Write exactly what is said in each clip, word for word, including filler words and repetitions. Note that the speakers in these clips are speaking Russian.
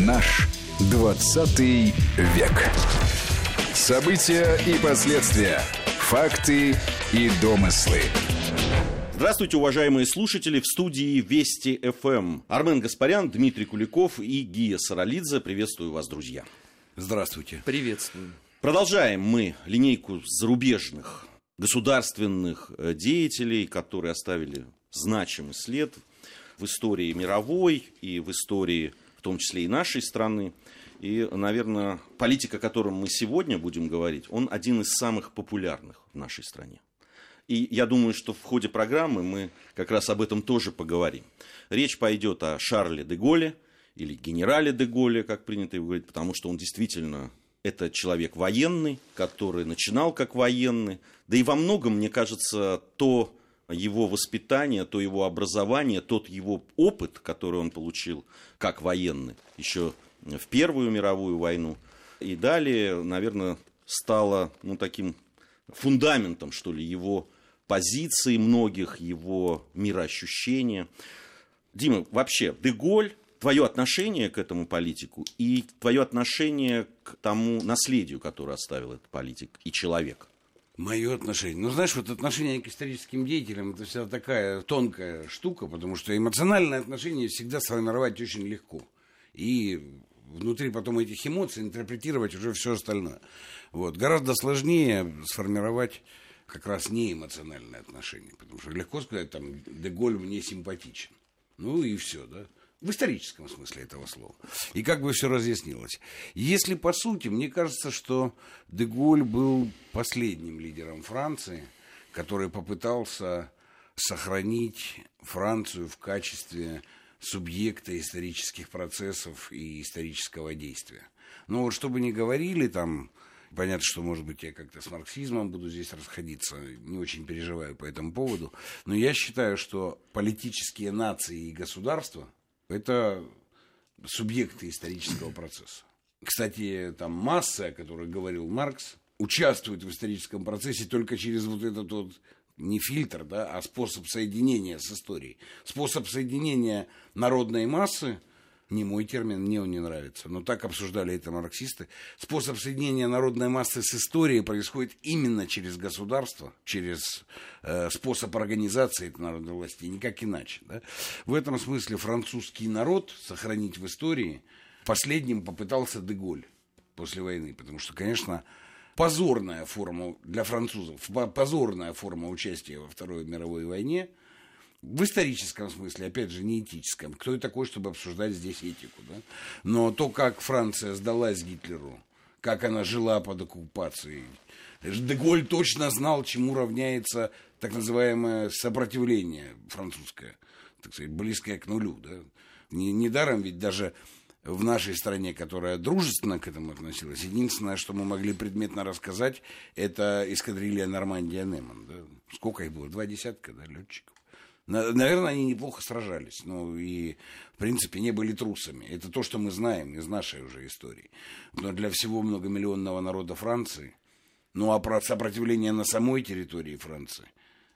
Наш двадцатый век. События и последствия. Факты и домыслы. Здравствуйте, уважаемые слушатели, в студии Вести эф эм. Армен Гаспарян, Дмитрий Куликов и Гия Саралидзе. Приветствую вас, друзья. Здравствуйте. Приветствую. Продолжаем мы линейку зарубежных государственных деятелей, которые оставили значимый след в истории мировой и в истории, в том числе и нашей страны. И, наверное, политик, о котором мы сегодня будем говорить, он один из самых популярных в нашей стране. И я думаю, что в ходе программы мы как раз об этом тоже поговорим. Речь пойдет о Шарле де Голле, или генерале де Голле, как принято его говорить, потому что он действительно, это человек военный, который начинал как военный. Да и во многом, мне кажется, то его воспитание, то его образование, тот его опыт, который он получил как военный, еще в Первую мировую войну, и далее, наверное, стало ну, таким фундаментом, что ли, его позиции многих, его мироощущения. Дима, вообще, де Голль, твое отношение к этому политику и твое отношение к тому наследию, которое оставил этот политик и человек? Мое отношение. Ну, знаешь, вот отношение к историческим деятелям, это всегда такая тонкая штука, потому что эмоциональное отношение всегда сформировать очень легко. И внутри потом этих эмоций интерпретировать уже все остальное. Вот. Гораздо сложнее сформировать как раз неэмоциональное отношение, потому что легко сказать, там, де Голль мне симпатичен. Ну и все, да. В историческом смысле этого слова. И как бы все разъяснилось. Если по сути, мне кажется, что де Голль был последним лидером Франции, который попытался сохранить Францию в качестве субъекта исторических процессов и исторического действия. Но вот что бы ни говорили там, понятно, что, может быть, я как-то с марксизмом буду здесь расходиться, не очень переживаю по этому поводу, но я считаю, что политические нации и государства – это субъекты исторического процесса. Кстати, там масса, о которой говорил Маркс, участвует в историческом процессе только через вот этот вот не фильтр, да, а способ соединения с историей. Способ соединения народной массы, не мой термин, мне он не нравится, но так обсуждали это марксисты. Способ соединения народной массы с историей происходит именно через государство, через э, способ организации этой народной власти, никак иначе. Да? В этом смысле французский народ сохранить в истории последним попытался де Голль после войны, потому что, конечно, позорная форма для французов, позорная форма участия во Второй мировой войне, в историческом смысле, опять же, не этическом. Кто я такой, чтобы обсуждать здесь этику, да? Но то, как Франция сдалась Гитлеру, как она жила под оккупацией, де Голль точно знал, чему равняется так называемое сопротивление французское, так сказать, близкое к нулю, да? Недаром ведь даже в нашей стране, которая дружественно к этому относилась, единственное, что мы могли предметно рассказать, это эскадрилья Нормандия-Неман. Да? Сколько их было? Два десятка, да, летчиков. Наверное, они неплохо сражались, но и, в принципе, не были трусами. Это то, что мы знаем из нашей уже истории. Но для всего многомиллионного народа Франции, ну, а про сопротивление на самой территории Франции,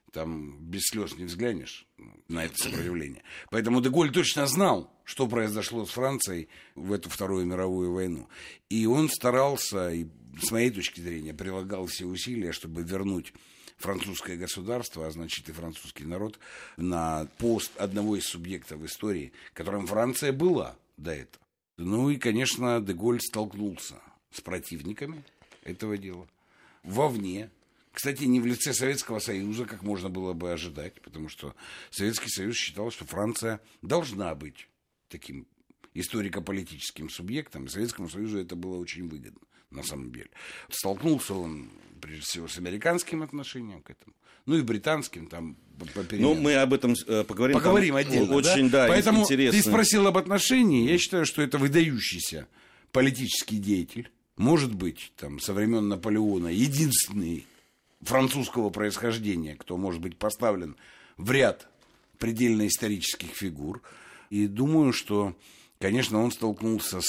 там без слез не взглянешь на это сопротивление. Поэтому де Голль точно знал, что произошло с Францией в эту Вторую мировую войну. И он старался, и с моей точки зрения, прилагал все усилия, чтобы вернуть французское государство, а значит и французский народ, на пост одного из субъектов истории, которым Франция была до этого. Ну и, конечно, де Голль столкнулся с противниками этого дела вовне. Кстати, не в лице Советского Союза, как можно было бы ожидать, потому что Советский Союз считал, что Франция должна быть таким историко-политическим субъектом, и Советскому Союзу это было очень выгодно, на самом деле. Столкнулся он, прежде всего, с американским отношением к этому, ну и британским, там, по переменам. Ну, мы об этом э, поговорим. Поговорим отдельно, очень, да? да, Поэтому интересно. Ты спросил об отношении, я считаю, что это выдающийся политический деятель, может быть, там, со времен Наполеона, единственный французского происхождения, кто может быть поставлен в ряд предельно исторических фигур. И думаю, что, конечно, он столкнулся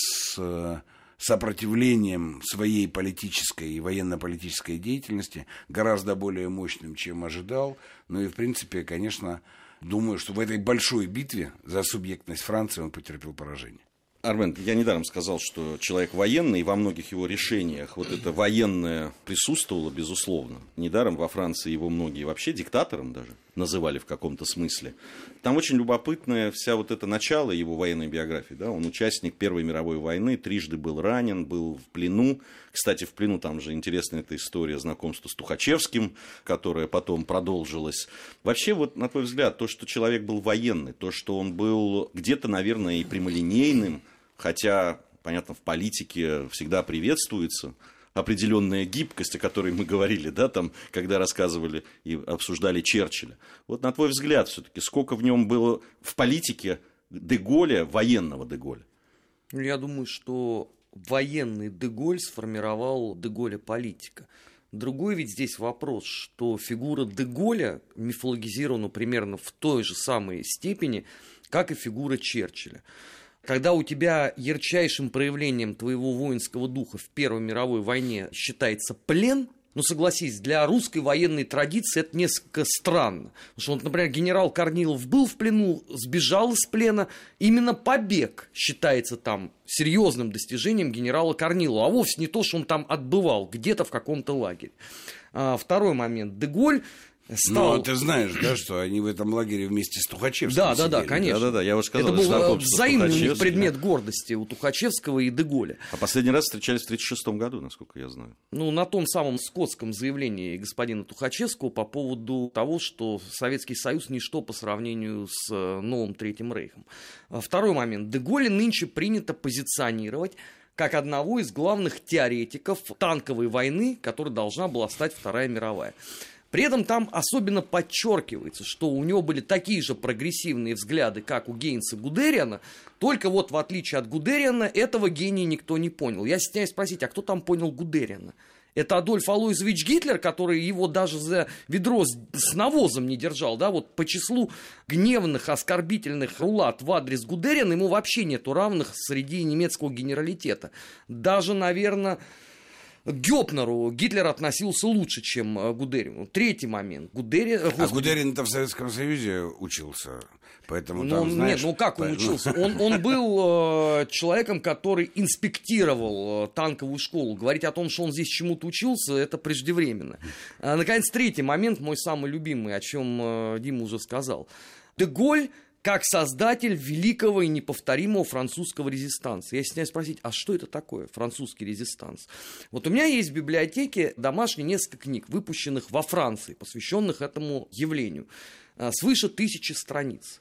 с сопротивлением своей политической и военно-политической деятельности гораздо более мощным, чем ожидал. Ну и, в принципе, конечно, думаю, что в этой большой битве за субъектность Франции он потерпел поражение. Армен, я недаром сказал, что человек военный, и во многих его решениях вот это военное присутствовало, безусловно. Недаром во Франции его многие вообще диктатором даже называли в каком-то смысле. Там очень любопытное вся вот это начало его военной биографии. Да? Он участник Первой мировой войны, трижды был ранен, был в плену. Кстати, в плену там же интересная эта история знакомства с Тухачевским, которая потом продолжилась. Вообще, вот на твой взгляд, то, что человек был военный, то, что он был где-то, наверное, и прямолинейным, хотя, понятно, в политике всегда приветствуется определенная гибкость, о которой мы говорили, да, там, когда рассказывали и обсуждали Черчилля. Вот на твой взгляд, все-таки, сколько в нем было в политике де-Голля, военного де-Голля? Я думаю, что военный де-Голль сформировал де-Голля политика. Другой ведь здесь вопрос, что фигура де-Голля мифологизирована примерно в той же самой степени, как и фигура Черчилля. Когда у тебя ярчайшим проявлением твоего воинского духа в Первой мировой войне считается плен, ну, согласись, для русской военной традиции это несколько странно. Потому что, вот, например, генерал Корнилов был в плену, сбежал из плена. Именно побег считается там серьезным достижением генерала Корнилова, а вовсе не то, что он там отбывал где-то в каком-то лагере. А, второй момент. де-Голь стал... Ну, ты знаешь, да, что они в этом лагере вместе с Тухачевским Да, сидели. да, да, конечно. Да, да, да, я уже сказал, это был знакомство взаимный с у них Тухачевским, предмет да. гордости у Тухачевского и де-Голля. А последний раз встречались в тридцать шестом году, насколько я знаю. Ну, на том самом скотском заявлении господина Тухачевского по поводу того, что Советский Союз ничто по сравнению с новым Третьим Рейхом. Второй момент. де-Голля нынче принято позиционировать как одного из главных теоретиков танковой войны, которой должна была стать Вторая мировая. При этом там особенно подчеркивается, что у него были такие же прогрессивные взгляды, как у Гейнса Гудериана, только вот в отличие от Гудериана этого гения никто не понял. Я стесняюсь спросить, а кто там понял Гудериана? Это Адольф Алойзович Гитлер, который его даже за ведро с, с навозом не держал, да, вот по числу гневных, оскорбительных рулат в адрес Гудериана ему вообще нету равных среди немецкого генералитета. Даже, наверное... К Гёпнеру Гитлер относился лучше, чем к Гудерину. Третий момент. Гудерин, а Гудерин-то в Советском Союзе учился. Поэтому ну, там, знаешь, нет, ну как он по... учился? Он, он был э, человеком, который инспектировал э, танковую школу. Говорить о том, что он здесь чему-то учился, это преждевременно. А, наконец, третий момент, мой самый любимый, о чем э, Дима уже сказал. де-Голь как создатель великого и неповторимого французского резистанса. Я стесняюсь спросить, а что это такое французский резистанс? Вот у меня есть в библиотеке домашние несколько книг, выпущенных во Франции, посвященных этому явлению. Свыше тысячи страниц.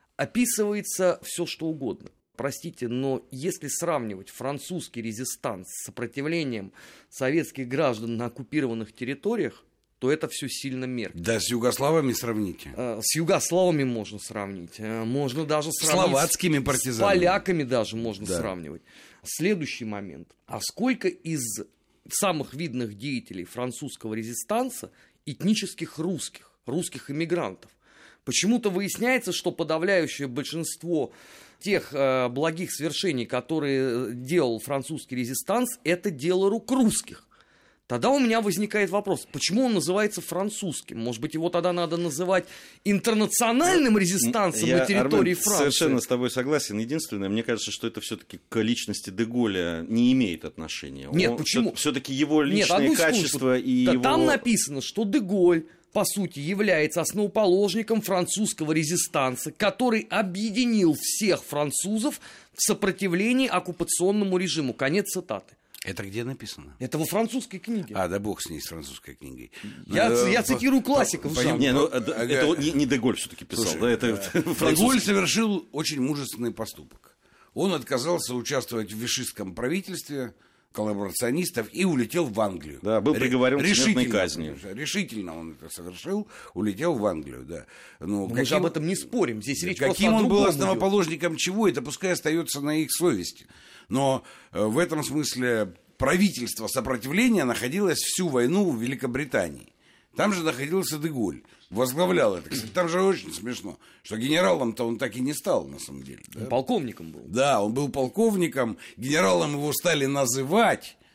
Описывается все, что угодно. Простите, но если сравнивать французский резистанс с сопротивлением советских граждан на оккупированных территориях, то это все сильно меркнет. Да, с югославами сравните. С югославами можно сравнить. Можно даже сравнить словацкими партизанами. С поляками даже можно да. сравнивать. Следующий момент. А сколько из самых видных деятелей французского резистанса этнических русских, русских эмигрантов? Почему-то выясняется, что подавляющее большинство тех э, благих свершений, которые делал французский резистанс, это дело рук русских. Тогда у меня возникает вопрос, почему он называется французским? Может быть, его тогда надо называть интернациональным резистансом Я, на территории Армен, Франции? Совершенно с тобой согласен. Единственное, мне кажется, что это все-таки к личности де-Голля не имеет отношения. Нет, он, почему? Все-таки его Нет, личные одну качества секундочку. и Да, его... Там написано, что де-Голь, по сути, является основоположником французского резистанса, который объединил всех французов в сопротивлении оккупационному режиму. Конец цитаты. Это где написано? Это во французской книге. А, да бог с ней, с французской книгой. Я, ну, я по, цитирую классиков. по, жанра. Не, ну, ага. это не, не де-Голь все-таки писал. Слушай, да, это, да. это де-Голь совершил очень мужественный поступок. Он отказался участвовать в вишистском правительстве коллаборационистов и улетел в Англию. Да, был приговорен к смертной решительно, казни. Решительно он это совершил, улетел в Англию, да. Но Мы каким, же об этом не спорим. Здесь речь просто каким о он был другом основоположником чего, это пускай остается на их совести. Но э, в этом смысле правительство сопротивления находилось всю войну в Великобритании. Там же находился де-Голь, возглавлял это. Кстати, там же очень смешно, что генералом-то он так и не стал, на самом деле. Да? Полковником был. Да, он был полковником, генералом его стали называть,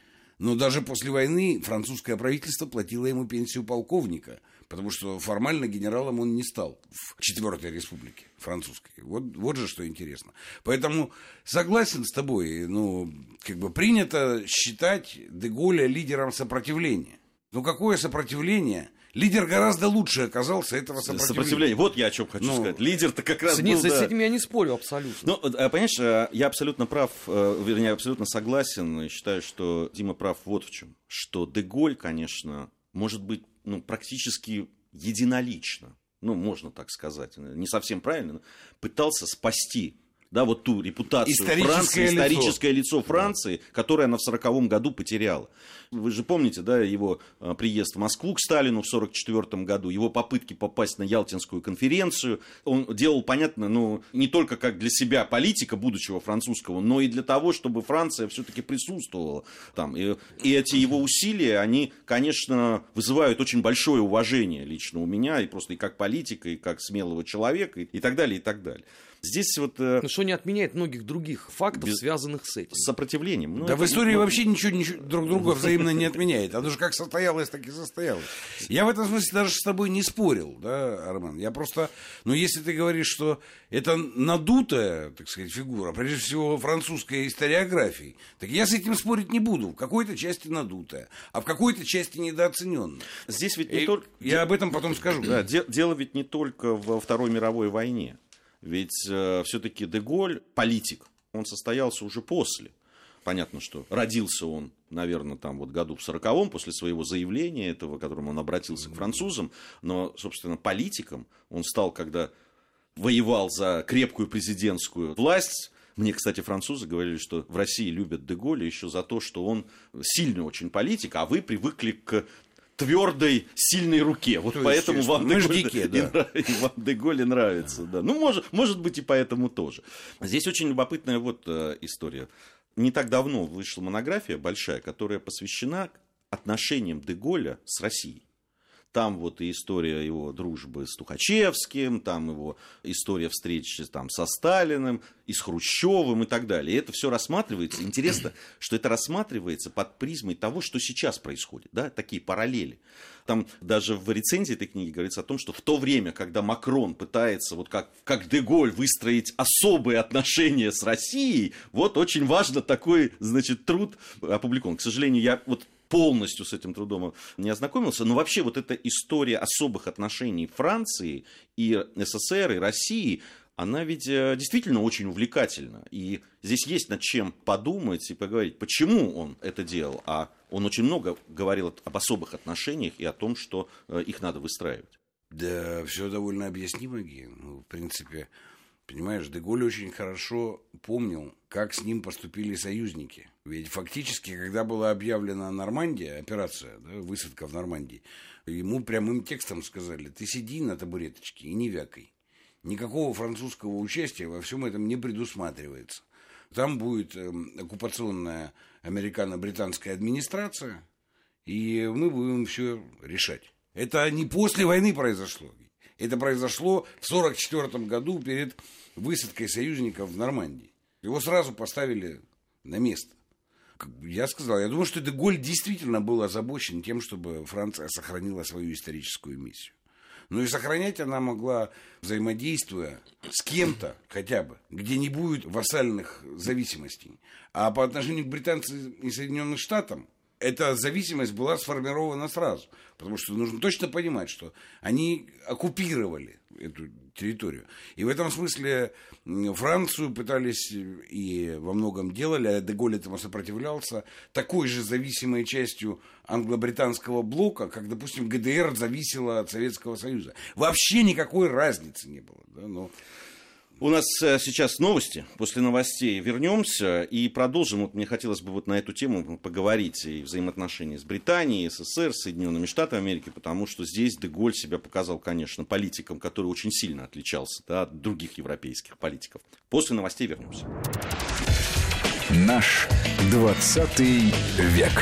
Но даже после войны французское правительство платило ему пенсию полковника, потому что формально генералом он не стал в Четвертой Республике французской. Вот, вот же что интересно. Поэтому согласен с тобой, ну, как бы принято считать де Голля лидером сопротивления. Но какое сопротивление? Лидер гораздо лучше оказался этого сопротивления. Сопротивление. Вот я о чем хочу ну, сказать. Лидер-то как раз нет, был... С да. этим я не спорю абсолютно. Ну, понимаешь, я абсолютно прав, вернее, абсолютно согласен. И считаю, что Дима прав вот в чем. Что де Голль, конечно, может быть ну, практически единолично, ну, можно так сказать, не совсем правильно, пытался спасти... Да, вот ту репутацию Франции, лицо. историческое лицо Франции, да. которое она в сороковом году потеряла. Вы же помните, да, его приезд в Москву к Сталину в сорок четвёртом году, его попытки попасть на Ялтинскую конференцию. Он делал, понятно, ну, не только как для себя политика будущего французского, но и для того, чтобы Франция все-таки присутствовала там. И, и эти его усилия, они, конечно, вызывают очень большое уважение лично у меня, и просто и как политика, и как смелого человека, и, и так далее, и так далее. Здесь вот... Но что не отменяет многих других фактов, без... связанных с этим. С сопротивлением. Ну, да это... в истории вообще ничего, ничего друг друга взаимно не отменяет. Оно же как состоялось, так и состоялось. Я в этом смысле даже с тобой не спорил, да, Армен? Я просто... Ну, если ты говоришь, что это надутая, так сказать, фигура, прежде всего французской историографии, так я с этим спорить не буду. В какой-то части надутая, а в какой-то части недооцененная. Здесь ведь не И только... Я об этом потом скажу. Да, де- дело ведь не только во Второй мировой войне. Ведь э, все-таки де Голль, политик, он состоялся уже после. Понятно, что родился он, наверное, там вот году в сороковом, после своего заявления этого, которым он обратился к французам. Но, собственно, политиком он стал, когда воевал за крепкую президентскую власть. Мне, кстати, французы говорили, что в России любят де Голля еще за то, что он сильный очень политик, а вы привыкли к... твердой, сильной руке. Вот то поэтому есть, вам, де Голль, да. и, и вам де Голль нравится. Да. Ну, может, может быть, и поэтому тоже. Здесь очень любопытная вот э, история. Не так давно вышла монография большая, которая посвящена отношениям де Голля с Россией. Там вот и история его дружбы с Тухачевским, там его история встречи там, со Сталиным, и с Хрущевым и так далее. И это все рассматривается. Интересно, что это рассматривается под призмой того, что сейчас происходит. Да? Такие параллели. Там даже в рецензии этой книги говорится о том, что в то время, когда Макрон пытается, вот как, как де Голль, выстроить особые отношения с Россией, вот очень важно такой, значит, труд опубликован. К сожалению, я вот полностью с этим трудом не ознакомился, но вообще вот эта история особых отношений Франции и СССР, и России, она ведь действительно очень увлекательна. И здесь есть над чем подумать и поговорить, почему он это делал. А он очень много говорил об особых отношениях и о том, что их надо выстраивать. Да, все довольно объяснимо, Ги. Ну, в принципе, понимаешь, де Голль очень хорошо помнил, как с ним поступили союзники. Ведь фактически, когда была объявлена Нормандия, операция, да, высадка в Нормандии, ему прямым текстом сказали: ты сиди на табуреточке и не вякай. Никакого французского участия во всем этом не предусматривается. Там будет э, оккупационная американо-британская администрация, и мы будем все решать. Это не после войны произошло. Это произошло в сорок четвёртом году перед высадкой союзников в Нормандии. Его сразу поставили на место. Я сказал, я думаю, что де Голль действительно был озабочен тем, чтобы Франция сохранила свою историческую миссию. Ну и сохранять она могла, взаимодействуя с кем-то хотя бы, где не будет вассальных зависимостей. А по отношению к британцам и Соединенным Штатам эта зависимость была сформирована сразу. Потому что нужно точно понимать, что они оккупировали эту территорию. И в этом смысле Францию пытались и во многом делали, а де Голль этому сопротивлялся, такой же зависимой частью англо-британского блока, как, допустим, ГДР зависела от Советского Союза. Вообще никакой разницы не было. Да? Но... У нас сейчас новости. После новостей вернемся и продолжим. Вот мне хотелось бы вот на эту тему поговорить и взаимоотношения с Британией, СССР, Соединенными Штатами Америки, потому что здесь де Голль себя показал, конечно, политиком, который очень сильно отличался, да, от других европейских политиков. После новостей вернемся. Наш двадцатый век.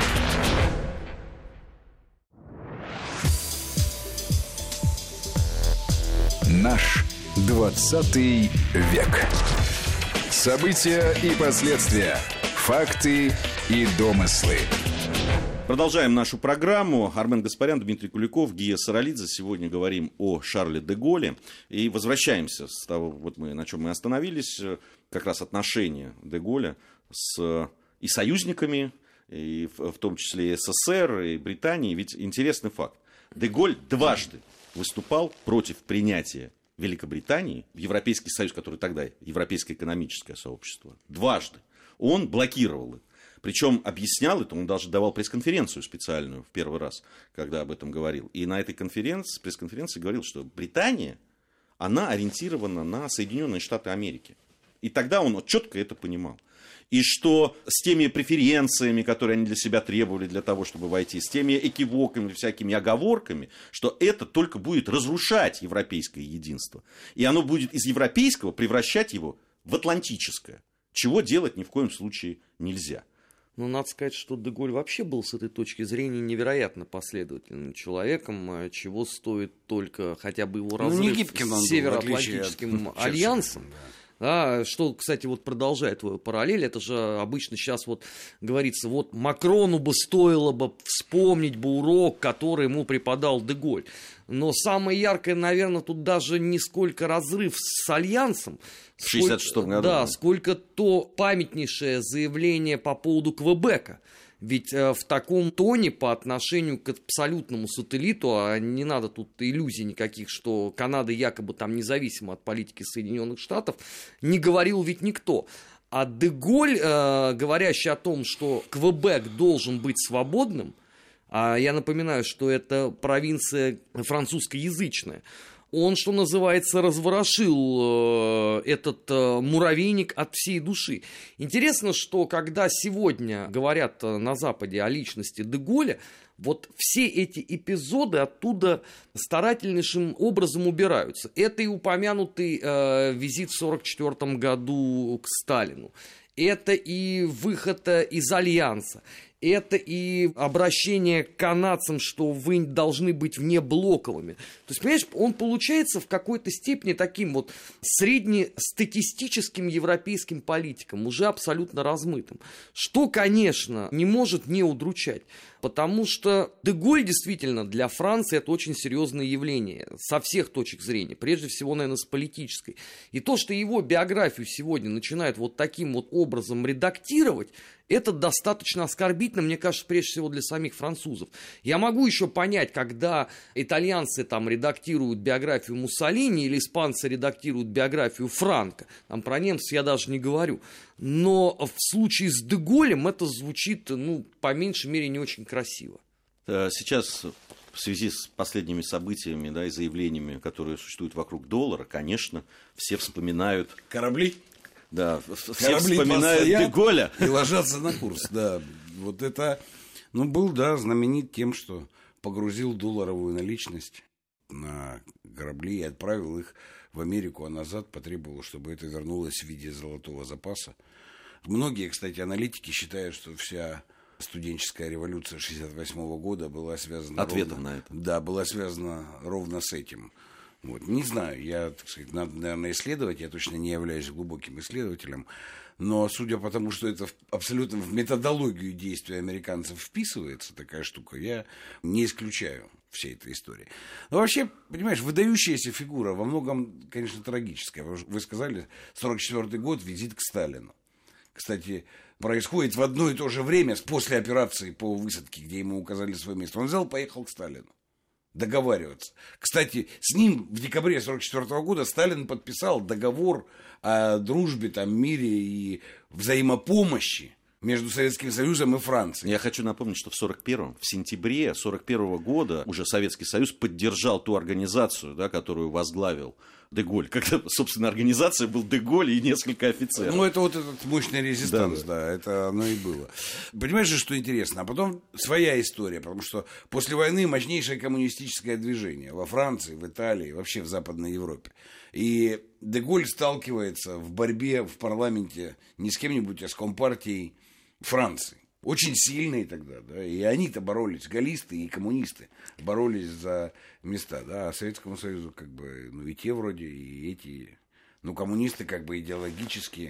Наш двадцатый век. События и последствия. Факты и домыслы. Продолжаем нашу программу. Армен Гаспарян, Дмитрий Куликов, Гия Саралидзе. Сегодня говорим о Шарле де Голле. И возвращаемся с того, вот мы, на чем мы остановились, как раз отношения де Голля с и союзниками, и в, в том числе и СССР, и Британии. Ведь интересный факт. Де Голль дважды выступал против принятия Великобритании в Европейский Союз, который тогда Европейское экономическое сообщество. Дважды. Он блокировал их. Причем объяснял это, он даже давал пресс-конференцию специальную в первый раз, когда об этом говорил. И на этой конференции, пресс-конференции говорил, что Британия, она ориентирована на Соединенные Штаты Америки. И тогда он четко это понимал. И что с теми преференциями, которые они для себя требовали для того, чтобы войти, с теми экивоками, всякими оговорками, что это только будет разрушать европейское единство. И оно будет из европейского превращать его в атлантическое, чего делать ни в коем случае нельзя. Ну, надо сказать, что де Голль вообще был с этой точки зрения невероятно последовательным человеком, чего стоит только хотя бы его разрыв ну, с Североатлантическим альянсом. Да, что, кстати, вот продолжая твою параллель, это же обычно сейчас вот говорится, вот Макрону бы стоило бы вспомнить бы урок, который ему преподал де Голль. Но самое яркое, наверное, тут даже не сколько разрыв с альянсом, в шестьдесят шестом году. Да, сколько то памятнейшее заявление по поводу Квебека. Ведь э, в таком тоне по отношению к абсолютному сателлиту, а не надо тут иллюзий никаких, что Канада якобы там независима от политики Соединенных Штатов, не говорил ведь никто. А де Голль, э, говорящий о том, что Квебек должен быть свободным, а я напоминаю, что это провинция французскоязычная, он, что называется, разворошил э, этот э, муравейник от всей души. Интересно, что когда сегодня говорят э, на Западе о личности де Голля, вот все эти эпизоды оттуда старательнейшим образом убираются. Это и упомянутый э, визит в сорок четвёртом году к Сталину. Это и выход из альянса. Это и обращение к канадцам, что вы должны быть внеблоковыми. То есть, понимаешь, он получается в какой-то степени таким вот среднестатистическим европейским политиком, уже абсолютно размытым. Что, конечно, не может не удручать. Потому что де Голль действительно для Франции это очень серьезное явление со всех точек зрения, прежде всего, наверное, с политической. И то, что его биографию сегодня начинают вот таким вот образом редактировать, это достаточно оскорбительно, мне кажется, прежде всего для самих французов. Я могу еще понять, когда итальянцы там редактируют биографию Муссолини или испанцы редактируют биографию Франко, там про немцев я даже не говорю. Но в случае с де Голлем это звучит, ну, по меньшей мере, не очень красиво. Сейчас в связи с последними событиями, да, и заявлениями, которые существуют вокруг доллара, конечно, все вспоминают... Корабли? Да, все вспоминают де Голля. И ложатся на курс, да. Вот это, ну, был, да, знаменит тем, что погрузил долларовую наличность на корабли и отправил их в Америку, а назад потребовал, чтобы это вернулось в виде золотого запаса. Многие, кстати, аналитики считают, что вся студенческая революция шестьдесят восьмого года была связана... Ответом ровно, на это. Да, была связана ровно с этим. Вот. Не знаю, я, так сказать, надо, наверное, исследовать, я точно не являюсь глубоким исследователем, но судя по тому, что это в, абсолютно в методологию действия американцев вписывается, такая штука, я не исключаю всей этой истории. Но вообще, понимаешь, выдающаяся фигура, во многом, конечно, трагическая. Вы сказали, сорок четвёртый год, визит к Сталину. Кстати, происходит в одно и то же время, после операции по высадке, где ему указали свое место. Он взял, поехал к Сталину договариваться. Кстати, с ним в декабре сорок четвёртого года Сталин подписал договор о дружбе, там, мире и взаимопомощи между Советским Союзом и Францией. Я хочу напомнить, что в сорок первом, в сентябре сорок первого года уже Советский Союз поддержал ту организацию, да, которую возглавил де Голль, когда, собственно, организация был де Голль и несколько офицеров. Ну, это вот этот мощный резистанс, да, да, да, это оно и было. Понимаешь же, что интересно? А потом своя история, потому что после войны мощнейшее коммунистическое движение во Франции, в Италии, вообще в Западной Европе. И де Голль сталкивается в борьбе в парламенте не с кем-нибудь, а с Компартией Франции. Очень сильные тогда, да, и они-то боролись, галлисты и коммунисты боролись за места, да, а Советскому Союзу как бы, ну и те вроде, и эти, ну коммунисты как бы идеологически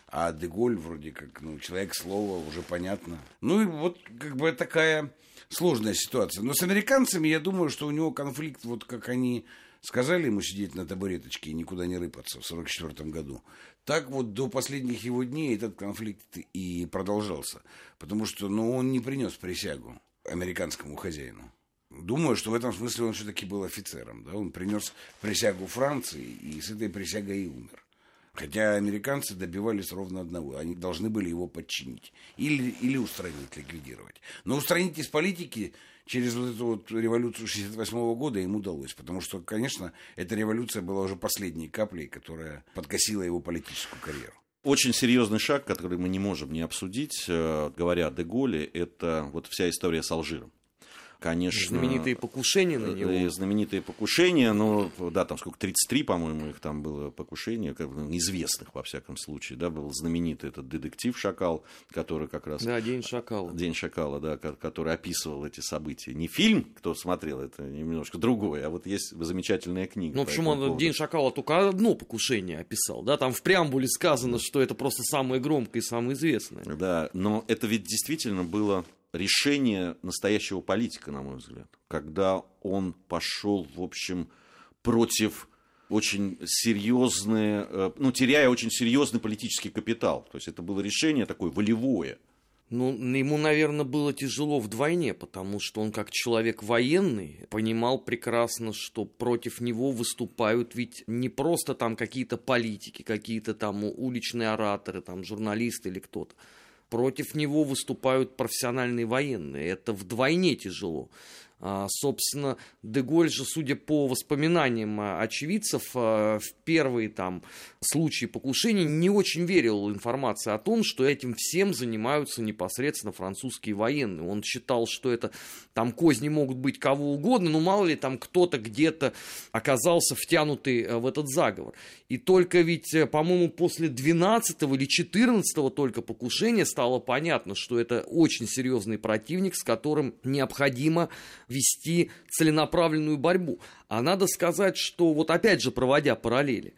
А Деголь вроде как, ну, человек слова, уже понятно. Ну и вот как бы такая сложная ситуация. Но с американцами, я думаю, что у него конфликт, вот как они сказали ему сидеть на табуреточке и никуда не рыпаться в сорок четвёртом году, так вот до последних его дней этот конфликт и продолжался. Потому что, ну, он не принес присягу американскому хозяину. Думаю, что в этом смысле он все-таки был офицером. Да? Он принес присягу Франции и с этой присягой и умер. Хотя американцы добивались ровно одного. Они должны были его подчинить. Или, или устранить, ликвидировать. Но устранить из политики через вот эту вот революцию шестьдесят восьмого года им удалось. Потому что, конечно, эта революция была уже последней каплей, которая подкосила его политическую карьеру. Очень серьезный шаг, который мы не можем не обсудить, говоря о Деголе, это вот вся история с Алжиром. Конечно, знаменитые покушения на него. Знаменитые покушения, но, да, там сколько, тридцать три, по-моему, их там было покушения, как бы, известных, во всяком случае, да, был знаменитый этот детектив «Шакал», который как раз... Да, «День шакала». «День шакала», да, который описывал эти события. Не фильм, кто смотрел, это немножко другое, а вот есть замечательная книга. Ну, почему он «День шакала» только одно покушение описал, да, там в преамбуле сказано, что это просто самое громкое и самое известное. Да, но это ведь действительно было... решение настоящего политика, на мой взгляд, когда он пошел, в общем, против очень серьезные, ну, теряя очень серьезный политический капитал. То есть это было решение такое волевое. Ну, ему, наверное, было тяжело вдвойне, потому что он, как человек военный, понимал прекрасно, что против него выступают ведь не просто там какие-то политики, какие-то там уличные ораторы, там журналисты или кто-то. Против него выступают профессиональные военные. Это вдвойне тяжело. А, собственно, Деголь же, судя по воспоминаниям очевидцев, в первые там случаи покушений не очень верил информации о том, что этим всем занимаются непосредственно французские военные. Он считал, что это там козни могут быть кого угодно, но мало ли там кто-то где-то оказался втянутый в этот заговор. И только ведь, по-моему, после двенадцатого или четырнадцатого только покушения стало понятно, что это очень серьезный противник, с которым необходимо вести целенаправленную борьбу. А надо сказать, что вот опять же, проводя параллели,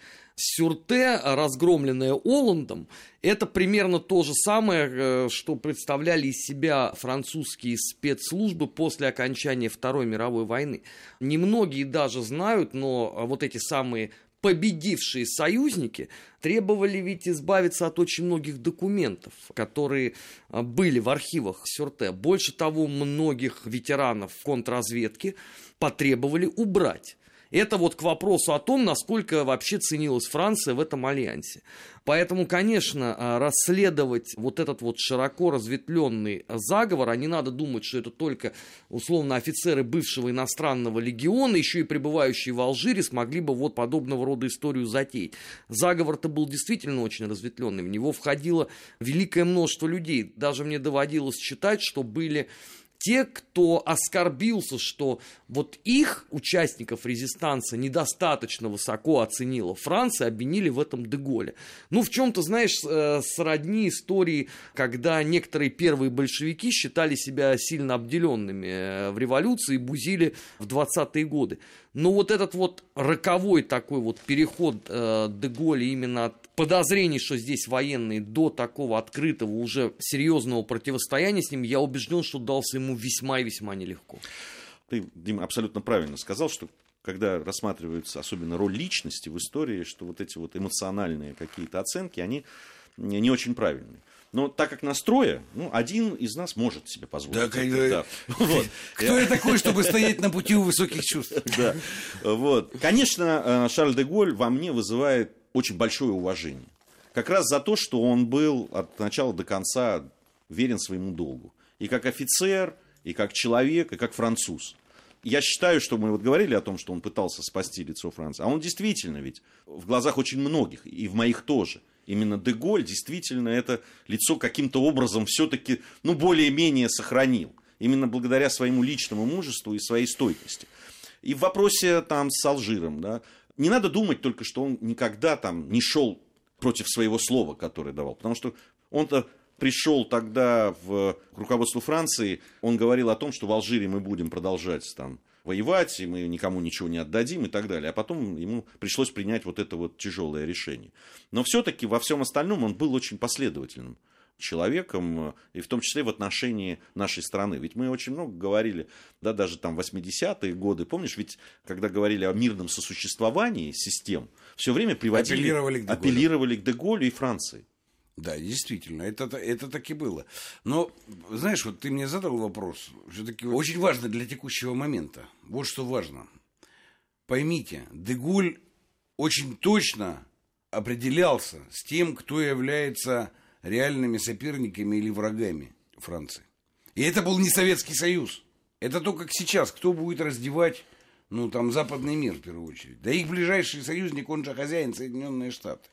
Сюрте, разгромленная Оландом, это примерно то же самое, что представляли из себя французские спецслужбы после окончания Второй мировой войны. Немногие даже знают, но вот эти самые победившие союзники требовали ведь избавиться от очень многих документов, которые были в архивах Сюрте. Больше того, многих ветеранов контрразведки потребовали убрать. Это вот к вопросу о том, насколько вообще ценилась Франция в этом альянсе. Поэтому, конечно, расследовать вот этот вот широко разветвленный заговор, а не надо думать, что это только условно офицеры бывшего иностранного легиона, еще и пребывающие в Алжире, смогли бы вот подобного рода историю затеять. Заговор-то был действительно очень разветвленный, в него входило великое множество людей. Даже мне доводилось читать, что были... те, кто оскорбился, что вот их, участников резистанса, недостаточно высоко оценила Франция, обвинили в этом Деголя. Ну, в чем-то, знаешь, сродни истории, когда некоторые первые большевики считали себя сильно обделенными в революции и бузили в двадцатые годы. Но вот этот вот роковой такой вот переход э, Деголя именно от подозрений, что здесь военные, до такого открытого уже серьезного противостояния с ним, я убежден, что дался ему весьма и весьма нелегко. Ты, Дима, абсолютно правильно сказал, что когда рассматривается особенно роль личности в истории, что вот эти вот эмоциональные какие-то оценки, они не очень правильные. Но так как настроя, ну, один из нас может себе позволить. Да, когда... да. Вот. Кто я такой, чтобы стоять на пути у высоких чувств? Да. Вот. Конечно, Шарль де Голль во мне вызывает очень большое уважение. Как раз за то, что он был от начала до конца верен своему долгу. И как офицер, и как человек, и как француз. Я считаю, что мы вот говорили о том, что он пытался спасти лицо Франции. А он действительно ведь в глазах очень многих, и в моих тоже. Именно де Голль действительно это лицо каким-то образом все-таки, ну, более-менее сохранил. Именно благодаря своему личному мужеству и своей стойкости. И в вопросе там с Алжиром, да, не надо думать только, что он никогда там не шел против своего слова, которое давал. Потому что он-то пришел тогда в руководство Франции, он говорил о том, что в Алжире мы будем продолжать там воевать, и мы никому ничего не отдадим и так далее. А потом ему пришлось принять вот это вот тяжелое решение. Но все-таки во всем остальном он был очень последовательным человеком, и в том числе в отношении нашей страны. Ведь мы очень много говорили, да, даже там восьмидесятые годы, помнишь, ведь когда говорили о мирном сосуществовании систем, все время приводили, апеллировали к Де Голлю. апеллировали к Де Голлю и Франции. Да, действительно, это, это так и было. Но, знаешь, вот ты мне задал вопрос, все-таки очень важно для текущего момента. Вот что важно. Поймите, Де Голль очень точно определялся с тем, кто является реальными соперниками или врагами Франции. И это был не Советский Союз. Это то, как сейчас. Кто будет раздевать, ну, там, западный мир, в первую очередь. Да их ближайший союзник, он же хозяин, Соединенные Штаты.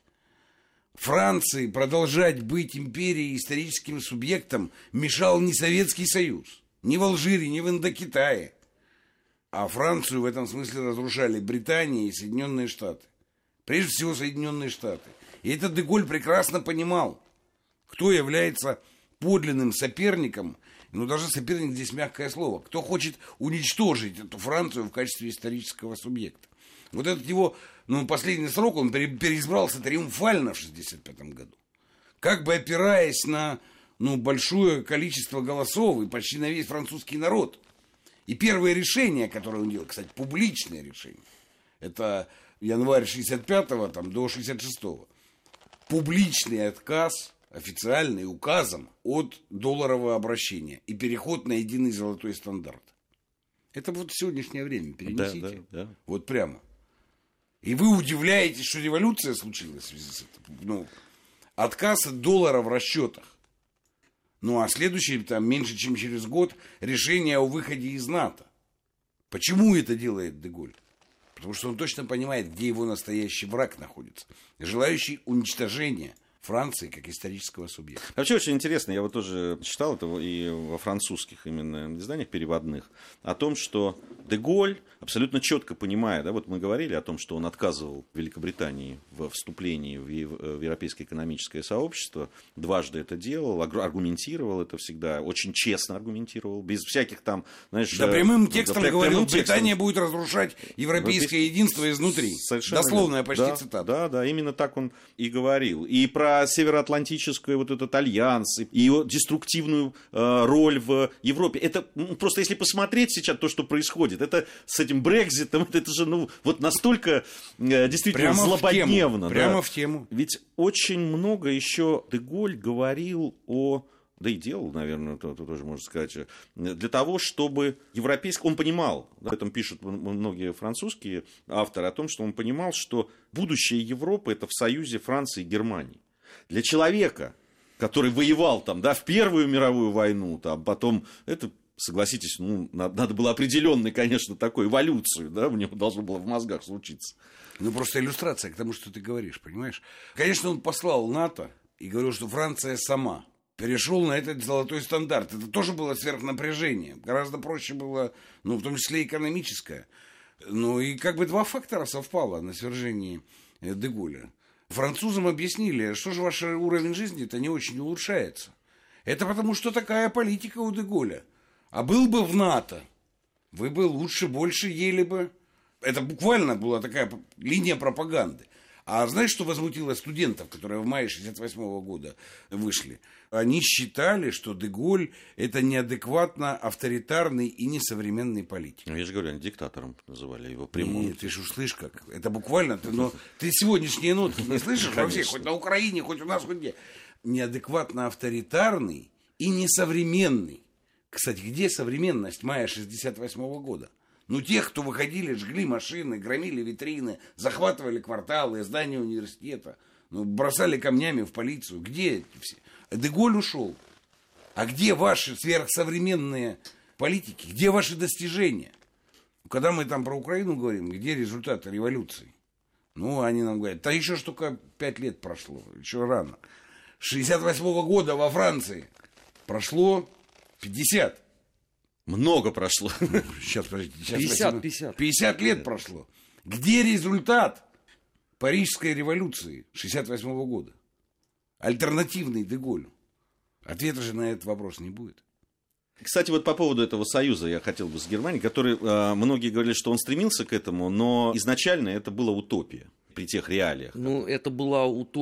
Франции продолжать быть империей, историческим субъектом мешал не Советский Союз. Ни в Алжире, ни в Индокитае. А Францию в этом смысле разрушали Британия и Соединенные Штаты. Прежде всего, Соединенные Штаты. И это Де Голль прекрасно понимал, кто является подлинным соперником, ну даже соперник здесь мягкое слово, кто хочет уничтожить эту Францию в качестве исторического субъекта. Вот этот его, ну, последний срок, он переизбрался триумфально в шестьдесят пятом году. Как бы опираясь на, ну, большое количество голосов и почти на весь французский народ. И первое решение, которое он делал, кстати, публичное решение, это январь шестьдесят пятого там, до шестьдесят шестого. Публичный отказ, официальный, указом от долларового обращения и переход на единый золотой стандарт. Это вот в сегодняшнее время перенесите. Да, да, да. Вот прямо. И вы удивляетесь, что революция случилась в связи с этим. Ну, отказ от доллара в расчетах. Ну, а следующий, там, меньше чем через год, решение о выходе из НАТО. Почему это делает Де Голль? Потому что он точно понимает, где его настоящий враг находится. Желающий уничтожения Франции как исторического субъекта. Вообще очень интересно, я вот тоже читал это и во французских именно изданиях переводных, о том, что Де Голль абсолютно четко понимая, да, вот мы говорили о том, что он отказывал Великобритании в вступлении в Европейское экономическое сообщество, дважды это делал, аргументировал это всегда, очень честно аргументировал, без всяких там, знаешь... Да, прямым текстом да, говорил, прямым текстом. Британия будет разрушать европейское единство изнутри. Совершенно дословная почти да, цитата. Да, да, именно так он и говорил. И про Североатлантический вот этот альянс, и его деструктивную э, роль в Европе. Это ну, просто если посмотреть сейчас то, что происходит, это с этим Брекситом, это, это же ну, вот настолько э, действительно прямо злободневно. В тему, прямо да. в тему. Ведь очень много еще Де Голль говорил о... Да и делал, наверное, то, то тоже можно сказать, для того, чтобы европейский... Он понимал, об этом пишут многие французские авторы, о том, что он понимал, что будущее Европы это в союзе Франции и Германии. Для человека, который воевал там, да, в Первую мировую войну, там, потом это... Согласитесь, ну, надо было определенную, конечно, такую эволюцию, да, у него должно было в мозгах случиться. Ну, просто иллюстрация к тому, что ты говоришь, понимаешь? Конечно, он послал НАТО и говорил, что Франция сама перешел на этот золотой стандарт. Это тоже было сверхнапряжение. Гораздо проще было, ну, в том числе экономическое. Ну, и как бы два фактора совпало на свержении Де Голля. Французам объяснили, что же ваш уровень жизни-то не очень улучшается. Это потому, что такая политика у Де Голля. А был бы в НАТО, вы бы лучше, больше ели бы. Это буквально была такая линия пропаганды. А знаешь, что возмутило студентов, которые в мае шестьдесят восьмого года вышли? Они считали, что Де Голль это неадекватно авторитарный и несовременный политик. Ну, я же говорю, они диктатором называли его прямым. Нет, ты же услышишь как. Это буквально, ты, но, ты сегодняшние нотки не слышишь вообще, хоть на Украине, хоть у нас, хоть где. Неадекватно авторитарный и несовременный. Кстати, где современность мая шестьдесят восьмого года? Ну, тех, кто выходили, жгли машины, громили витрины, захватывали кварталы, здания университета, ну, бросали камнями в полицию. Где эти все? Де Голль ушел. А где ваши сверхсовременные политики? Где ваши достижения? Когда мы там про Украину говорим, где результаты революции? Ну, они нам говорят, да еще ж только пять лет прошло, еще рано. С шестьдесят восьмого года во Франции прошло пятьдесят. Много прошло. Сейчас, подождите. Сейчас пятьдесят, пятьдесят. пятьдесят лет прошло. Где результат Парижской революции шестьдесят восьмого года? Альтернативный Де Голлю. Ответа же на этот вопрос не будет. Кстати, вот по поводу этого союза я хотел бы с Германией, который, э, многие говорили, что он стремился к этому, но изначально это была утопия при тех реалиях. Ну, это была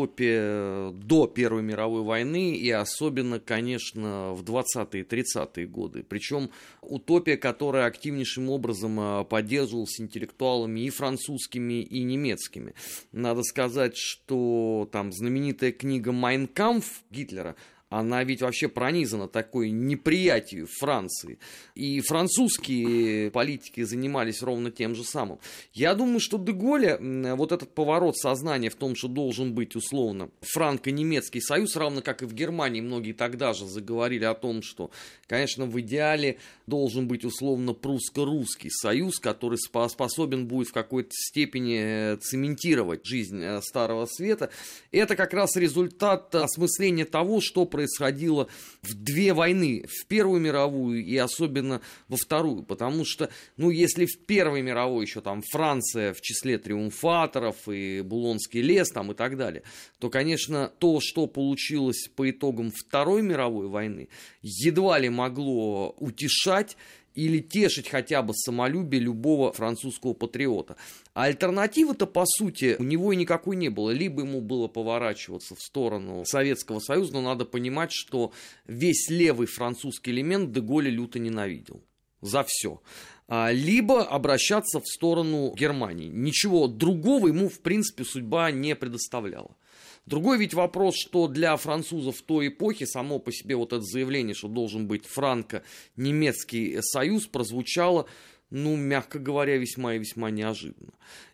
утопия до Первой мировой войны и особенно, конечно, в двадцатые-тридцатые годы. Причем утопия, которая активнейшим образом поддерживалась интеллектуалами и французскими, и немецкими. Надо сказать, что там знаменитая книга «Майн кампф» Гитлера, она ведь вообще пронизана такой неприятием Франции. И французские политики занимались ровно тем же самым. Я думаю, что де-Голля, вот этот поворот сознания в том, что должен быть условно франко-немецкий союз, равно как и в Германии многие тогда же заговорили о том, что, конечно, в идеале должен быть условно прусско-русский союз, который способен будет в какой-то степени цементировать жизнь Старого Света. Это как раз результат осмысления того, что происходит происходило в две войны, в Первую мировую и особенно во Вторую, потому что, ну, если в Первой мировой еще там Франция в числе триумфаторов и Булонский лес там и так далее, то, конечно, то, что получилось по итогам Второй мировой войны, едва ли могло утешать или тешить хотя бы самолюбие любого французского патриота. А альтернативы-то, по сути, у него и никакой не было. Либо ему было поворачиваться в сторону Советского Союза, но надо понимать, что весь левый французский элемент де-Голля люто ненавидел. За все. Либо обращаться в сторону Германии. Ничего другого ему, в принципе, судьба не предоставляла. Другой ведь вопрос, что для французов той эпохи само по себе вот это заявление, что должен быть франко-немецкий союз, прозвучало, ну, мягко говоря, весьма и весьма неожиданно.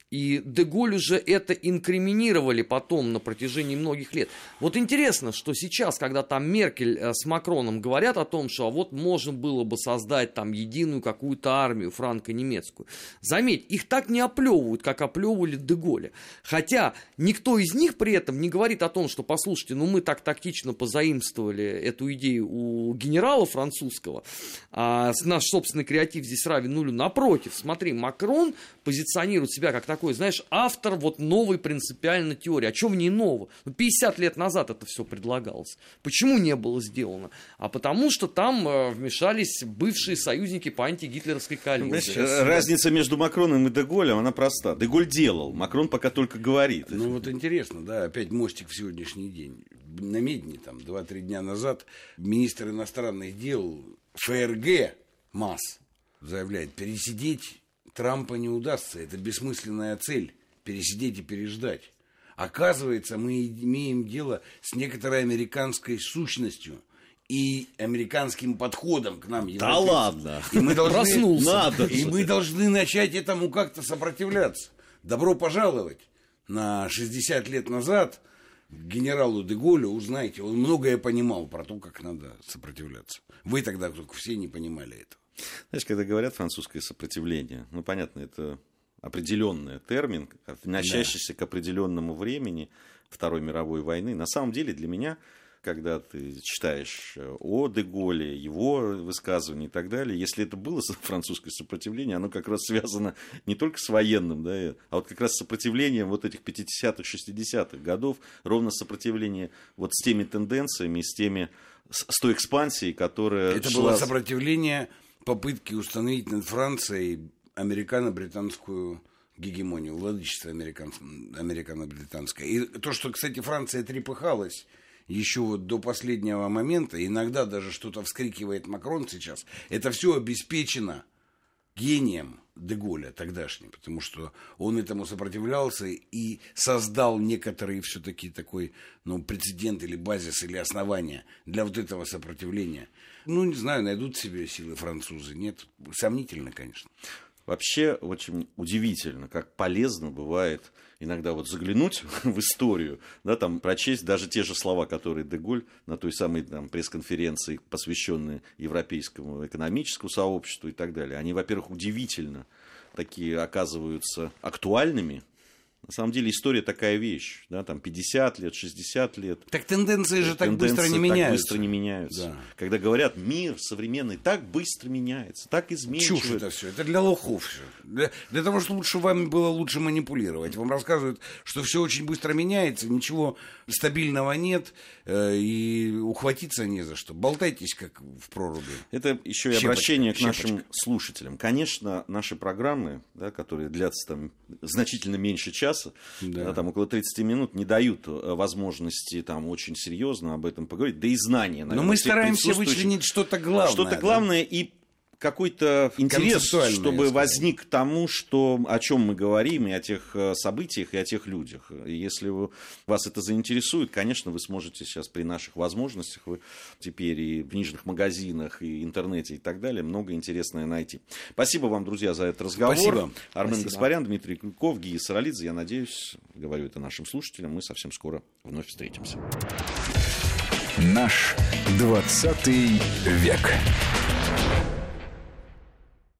И де-Голлю же это инкриминировали потом на протяжении многих лет. Вот интересно, что сейчас, когда там Меркель с Макроном говорят о том, что а вот можно было бы создать там единую какую-то армию франко-немецкую. Заметь, их так не оплевывают, как оплевывали де-Голля. Хотя никто из них при этом не говорит о том, что, послушайте, ну мы так тактично позаимствовали эту идею у генерала французского, а наш собственный креатив здесь равен нулю. Напротив, смотри, Макрон позиционирует себя как такой, знаешь, автор вот новой принципиальной теории. А что в ней нового? Ну, пятьдесят лет назад это все предлагалось. Почему не было сделано? А потому что там э, вмешались бывшие союзники по антигитлеровской коалиции. Знаешь, разница между Макроном и де-Голлем, она проста. Де-Голль делал, Макрон пока только говорит. Ну вот интересно, да, опять мостик в сегодняшний день. На Медне, там, два-три дня назад, министр иностранных дел ФРГ МАС заявляет, пересидеть Трампа не удастся, это бессмысленная цель, пересидеть и переждать. Оказывается, мы имеем дело с некоторой американской сущностью и американским подходом к нам. Да ладно! И мы должны, Проснулся. Надо, и мы должны начать этому как-то сопротивляться. Добро пожаловать на шестьдесят лет назад к генералу де-Голлю, узнаете, он многое понимал про то, как надо сопротивляться. Вы тогда только все не понимали этого. Знаешь, когда говорят французское сопротивление, ну, понятно, это определенный термин, относящийся да. к определенному времени Второй мировой войны. На самом деле для меня, когда ты читаешь о де-Голле, его высказывания и так далее, если это было французское сопротивление, оно как раз связано не только с военным, да, а вот как раз с сопротивлением вот этих пятидесятых, шестидесятых годов, ровно сопротивление вот с теми тенденциями, с теми, с той экспансией, которая Это шла... было сопротивление попытки установить над Францией американо-британскую гегемонию, владычество американо-британское. И то, что, кстати, Франция трепыхалась еще вот до последнего момента, иногда даже что-то вскрикивает Макрон сейчас, это все обеспечено гением де-Голля тогдашним, потому что он этому сопротивлялся и создал некоторые все-таки такой, ну, прецедент или базис, или основания для вот этого сопротивления. Ну, не знаю, найдут себе силы французы, нет, сомнительно, конечно. Вообще очень удивительно, как полезно бывает иногда вот заглянуть в историю, да, там прочесть даже те же слова, которые де-Голль на той самой там, пресс-конференции, посвященной европейскому экономическому сообществу и так далее. Они, во-первых, удивительно такие оказываются актуальными, На самом деле история такая вещь, да, там пятьдесят лет, шестьдесят лет. Так тенденции же так Тенденции быстро не так меняются. быстро не меняются. Да. Когда говорят, мир современный так быстро меняется, так изменчивый. Чушь это все, это для лохов все. Для, для того, чтобы лучше вами было лучше манипулировать. Вам рассказывают, что все очень быстро меняется, ничего стабильного нет, э, и ухватиться не за что. Болтайтесь, как в проруби. Это еще и Щепочка, обращение к щепочка. нашим слушателям. Конечно, наши программы, да, которые длятся там значительно меньше часа, Да. да, там около тридцати минут, не дают э, возможности там очень серьезно об этом поговорить, да и знания, наверное, Но мы всех стараемся присутствующих. вычленить что-то главное. Что-то да? главное и какой-то интерес, Концептуальный, я чтобы скажу. возник к тому, что, о чем мы говорим, и о тех э, событиях, и о тех людях. И если вы, вас это заинтересует, конечно, вы сможете сейчас при наших возможностях, вы теперь и в книжных магазинах, и интернете, и так далее, много интересное найти. Спасибо вам, друзья, за этот разговор. Спасибо. Армен Спасибо. Гаспарян, Дмитрий Крюков, Гия Саралидзе. Я надеюсь, говорю это нашим слушателям, мы совсем скоро вновь встретимся. Наш двадцатый век.